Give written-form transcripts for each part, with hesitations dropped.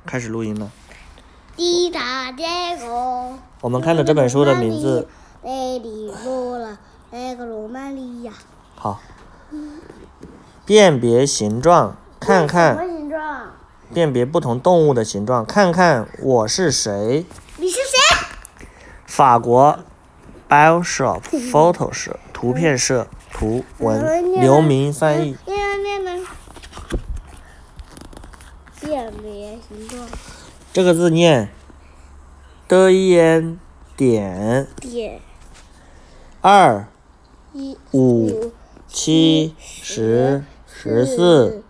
开始录音了。 滴答这个。 我们看的这本书的名字。 罗曼利亚。 好。辨别形状，看看。 什么形状？ 辨别不同动物的形状，看看我是谁。 你是谁？ 法国 Bioshop Photo 社图片社图文刘明翻译。 辨别形状。 这个字念 de 点2 5 7 10 14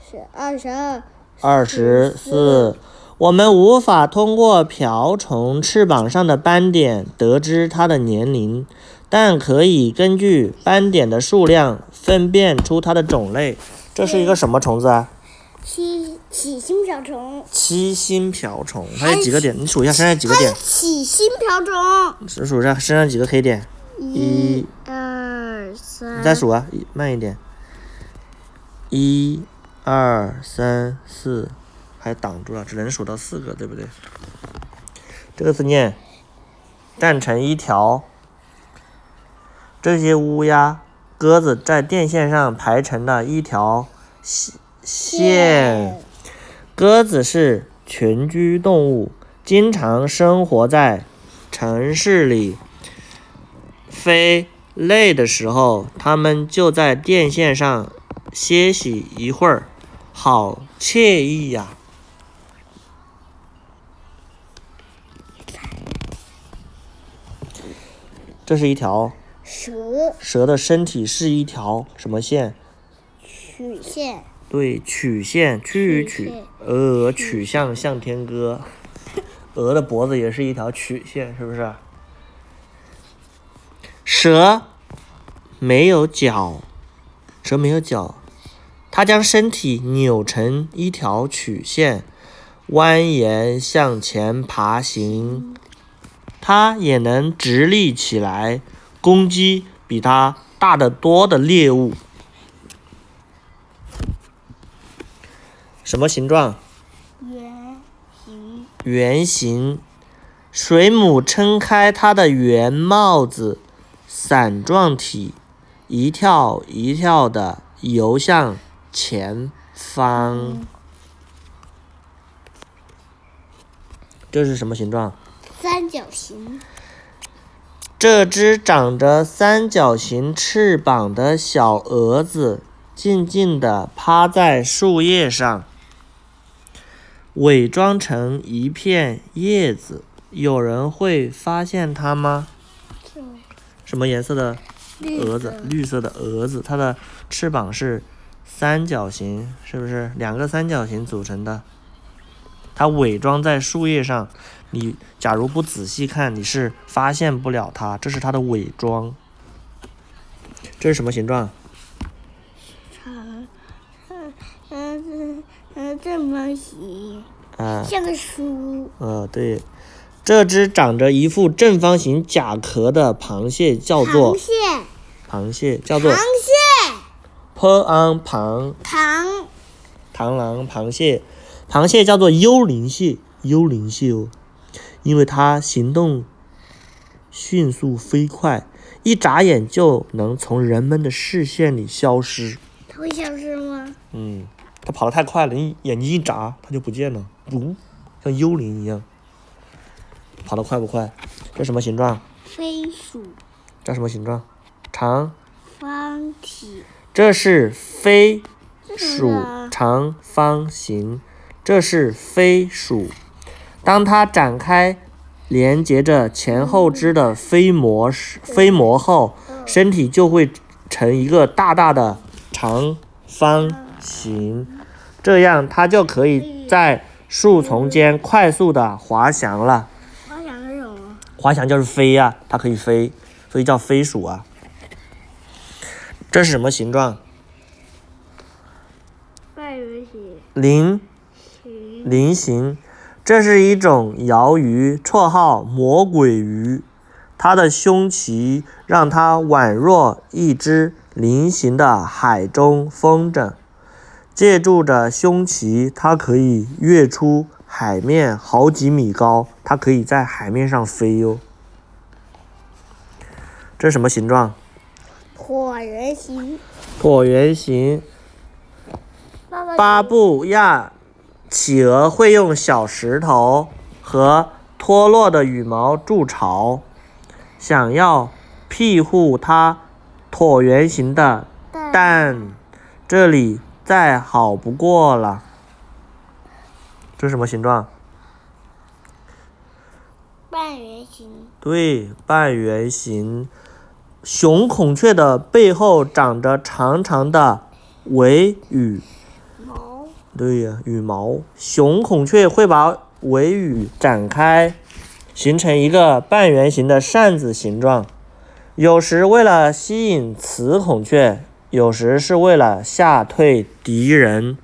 24。我们无法通过瓢虫翅膀上的斑点得知它的年龄，但可以根据斑点的数量分辨出它的种类。这是一个什么虫子啊？ 七星瓢虫。 七星瓢虫，它有几个点？你数一下身上几个点？ 七星瓢虫。 数一下身上几个黑点？1、 2、3。 你再数啊，慢一点。1、2、3、4。还挡住了，只能数到4个，对不对？这个字念站成一条。这些乌鸦、鸽子在电线上排成了一条线。鸽子是群居动物，经常生活在城市里。飞累的时候，它们就在电线上歇息一会儿，好惬意呀！这是一条蛇的身体是一条什么线？ 曲线。 对，曲线，鹅曲项向天歌。鹅的脖子也是一条曲线，是不是？蛇没有脚，它将身体扭成一条曲线，蜿蜒向前爬行。它也能直立起来，攻击比它大得多的猎物。什么形状？圆形。水母撑开它的圆帽子，伞状体一跳一跳地游向前方。这是什么形状？ 三角形。 这只长着三角形翅膀的小蛾子静静地趴在树叶上，伪装成一片叶子。有人会发现它吗？什么颜色的蛾子？绿色的蛾子，它的翅膀是三角形，是不是2个三角形组成的？它伪装在树叶上，你假如不仔细看，你是发现不了它，这是它的伪装。这是什么形状？ 正方形。像个书。 对。这只长着一副正方形甲壳的螃蟹叫做螃蟹叫做螳螂螃蟹。螃蟹叫做幽灵蟹哦，因为它行动迅速飞快，一眨眼就能从人们的视线里消失。 它会消失吗？ 它跑得太快了，你眼睛一眨它就不见了，像幽灵一样。跑得快不快？这什么形状？ 飞鼠。 这什么形状？长方体。 这是飞鼠，长方形。这是飞鼠。当它展开连接着前后肢的飞膜后，身体就会成一个大大的长方形，这样它就可以在树丛间快速的滑翔了。滑翔就是飞呀，它可以飞，所以叫飞鼠啊。这是什么形状？ 半圆形。 菱形。这是一种鳐鱼，绰号魔鬼鱼。它的胸鳍让它宛若一只菱形的海中风筝。借助着胸鳍，它可以跃出海海面好几米高，它可以在海面上飞哟。这是什么形状？ 椭圆形。 椭圆形。巴布亚企鹅会用小石头和脱落的羽毛筑巢，想要庇护它椭圆形的蛋，这里再好不过了。这是什么形状？ 半圆形。对， 半圆形。雄孔雀的背后长着长长的尾羽毛。 对呀，羽毛。雄孔雀会把尾羽展开，形成一个半圆形的扇子形状。有时为了吸引雌孔雀，有时是为了吓退敌人。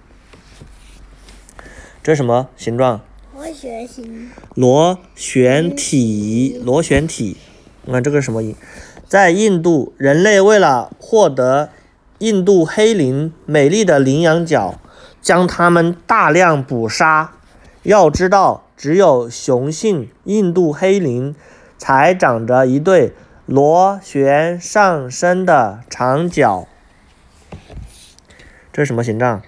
这是什么形状？ 螺旋形。 螺旋体。螺旋体。你看这个是什么？在印度，人类为了获得印度黑羚美丽的羚羊角，将它们大量捕杀。要知道，只有雄性印度黑羚才长着一对螺旋上升的长角。这是什么形状？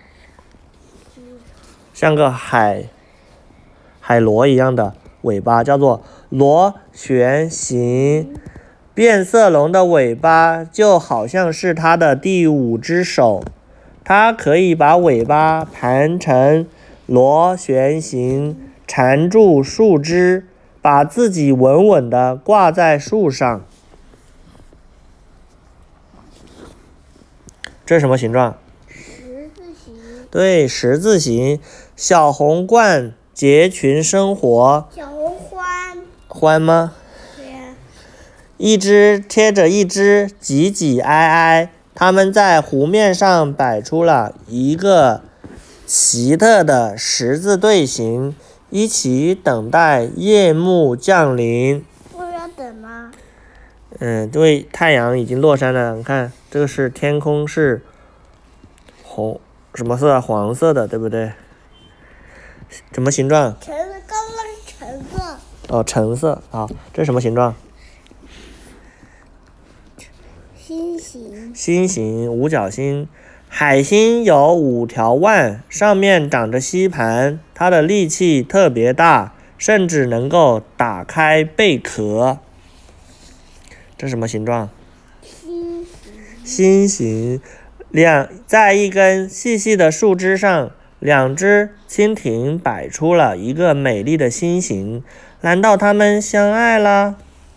像个海螺一样的尾巴，叫做螺旋形。变色龙的尾巴就好像是它的第5只手，它可以把尾巴盘成螺旋形，缠住树枝，把自己稳稳地挂在树上。这是什么形状？ 十字形。 对，十字形。小红冠结群生活。 小红欢。 欢吗？一只贴着一只，挤挤挨挨，它们在湖面上摆出了一个奇特的十字队形，一起等待夜幕降临。 为什么要等吗？ 因为太阳已经落山了。你看，这个是天空是什么色？黄色的，对不对？什么形状？ 橙色，刚刚是橙色。 哦，橙色。好，这是什么形状？ 心形。 心形，五角星。海星有5条腕，上面长着吸盘，它的力气特别大，甚至能够打开贝壳。这是什么形状？心形。在一根细细的树枝上，2只蜻蜓摆出了一个美丽的心形。难道它们相爱了？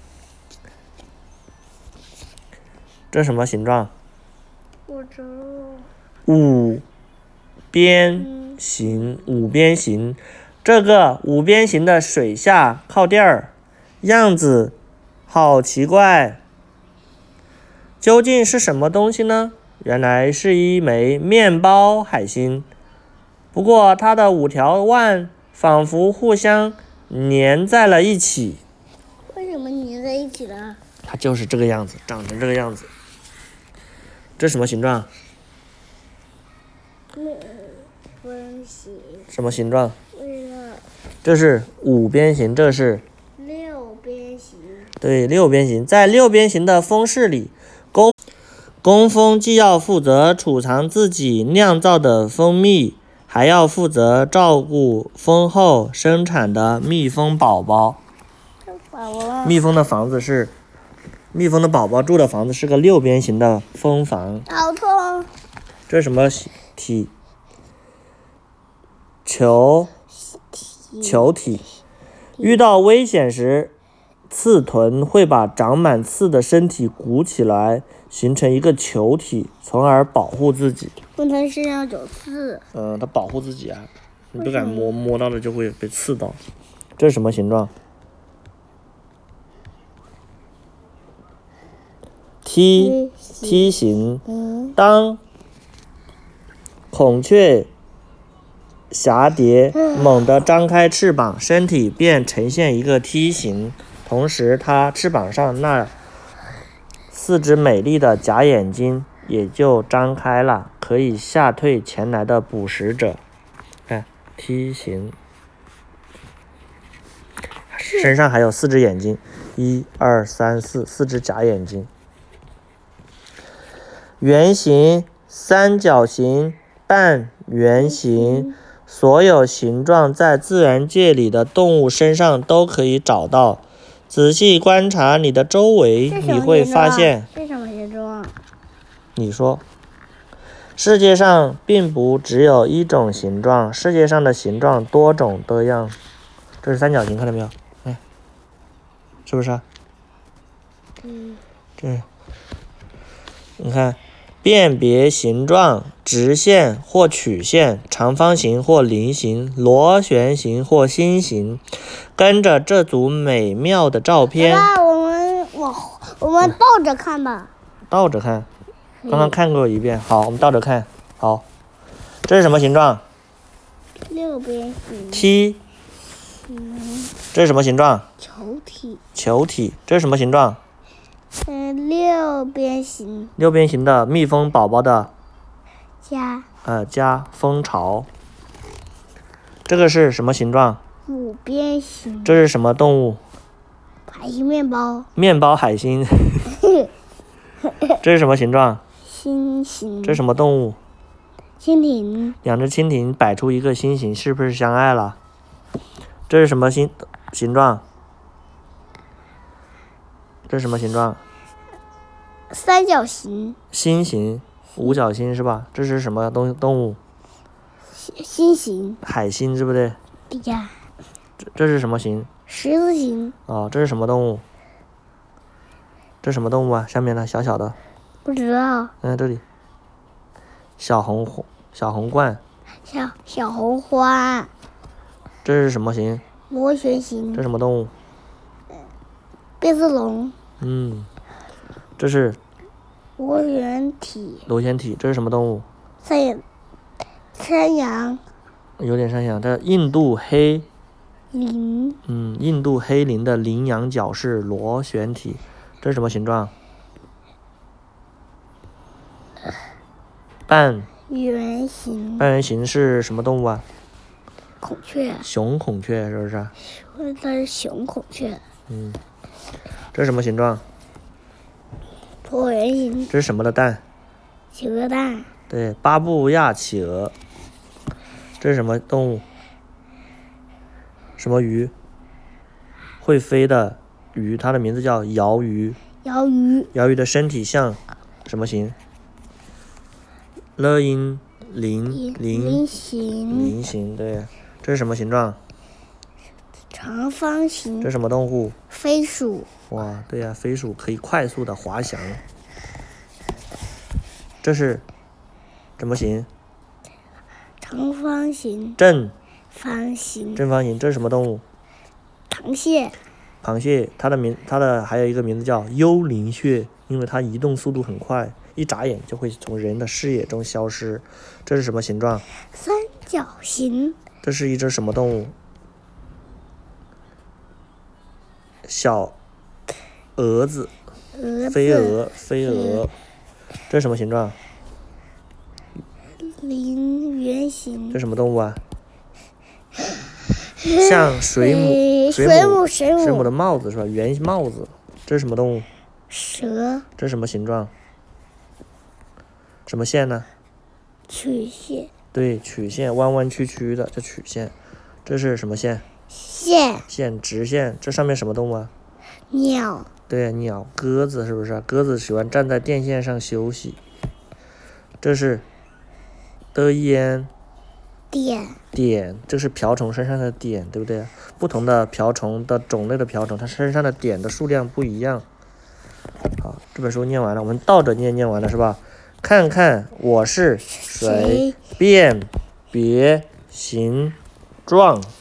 这什么形状？ 我知道。 五边形。这个5边形的水下靠垫儿，样子好奇怪。究竟是什么东西呢？原来是一枚面包海星。不过它的5条腕仿佛互相粘在了一起。 为什么粘在一起了？ 它就是这个样子，长成这个样子。这是什么形状？ 分形。 什么形状？ 为了。 这是5边形，这是 6边形。 对，6边形。在6边形的蜂室里，工蜂既要负责储藏自己酿造的蜂蜜，还要负责照顾蜂后生产的蜜蜂宝宝。蜜蜂的宝宝住的房子是个6边形的蜂房。 好痛！ 这是什么体？球体。遇到危险时，刺豚会把长满刺的身体鼓起来，形成一个球体，从而保护自己。 问它身上有刺。 它保护自己啊，你不敢摸到了就会被刺到。这是什么形状？T 形。当孔雀蛱蝶猛地张开翅膀，身体便呈现一个 T 形，同时它翅膀上那4只美丽的假眼睛也就张开了，可以吓退前来的捕食者。看 T 形。 身上还有4只眼睛，1、2、3、4只假眼睛。圆形、三角形、半圆形，所有形状在自然界里的动物身上都可以找到。仔细观察你的周围，你会发现。 这什么形状？ 你说。世界上并不只有一种形状，世界上的形状多种多样。这是三角形，看到没有？哎，是不是啊？这，你看，辨别形状：直线或曲线，长方形或菱形，螺旋形或心形。跟着这组美妙的照片， 我们倒着看吧。 倒着看。刚刚看过一遍，好，我们倒着看。好，这是什么形状 ？6边形。 T。这是什么形状？ 球体。 球体。这是什么形状 ？6边形。 6边形的蜜蜂宝宝的家。 家，蜂巢。这个是什么形状 ？5边形。 这是什么动物？ 海星面包。 面包海星。这是什么形状？ 心形。 这是什么动物？ 蜻蜓。 2只蜻蜓摆出一个心形，是不是相爱了？这是什么形状？这是什么形状？ 三角形。 心形，五角星是吧？这是什么动物？ 心形。 海星，对不对？ 对呀。 这是什么形？ 十字形。 这是什么动物？这是什么动物啊？下面的小小的。 不知道。 这里。小红冠。 小红花。 这是什么形？ 螺旋形。 这是什么动物？ 变色龙。 这是螺旋体。 这是什么动物？ 山羊。 有点山羊。这印度黑羚。 印度黑羚的羚羊角是螺旋体。这是什么形状？半圆形。 半圆形是什么动物啊？ 孔雀。 雄孔雀，是不是？ 它是雄孔雀。 这是什么形状？ 椭圆形。 这是什么的蛋？ 企鹅蛋。 对，巴布亚企鹅。这是什么动物？什么鱼？会飞的鱼，它的名字叫鳐鱼。鳐鱼的身体像什么形？菱形。对，这是什么形状？ 长方形。 这是什么动物？ 飞鼠。 哇，对呀，飞鼠可以快速的滑翔。这是什么形？ 长方形。 正方形。 这是什么动物？ 螃蟹。 它的还有一个名字叫幽灵蟹，因为它移动速度很快，一眨眼就会从人的视野中消失。这是什么形状？ 三角形。 这是一只什么动物？小蛾子。飞蛾。这是什么形状？ 圆形。 这是什么动物啊？像水母的帽子是吧？圆帽子。这是什么动物？ 蛇。 这是什么形状？什么线呢？ 曲线。对， 曲线，弯弯曲曲的叫曲线。这是什么线？ 线， 直线。这上面什么动物啊？ 鸟。 对，鸟，鸽子是不是？鸽子喜欢站在电线上休息。这是的烟。点，这是瓢虫身上的点，对不对？不同的瓢虫的种类的瓢虫，它身上的点的数量不一样。好，这本书念完了，我们倒着念完了是吧？看看我是谁，辨别形状。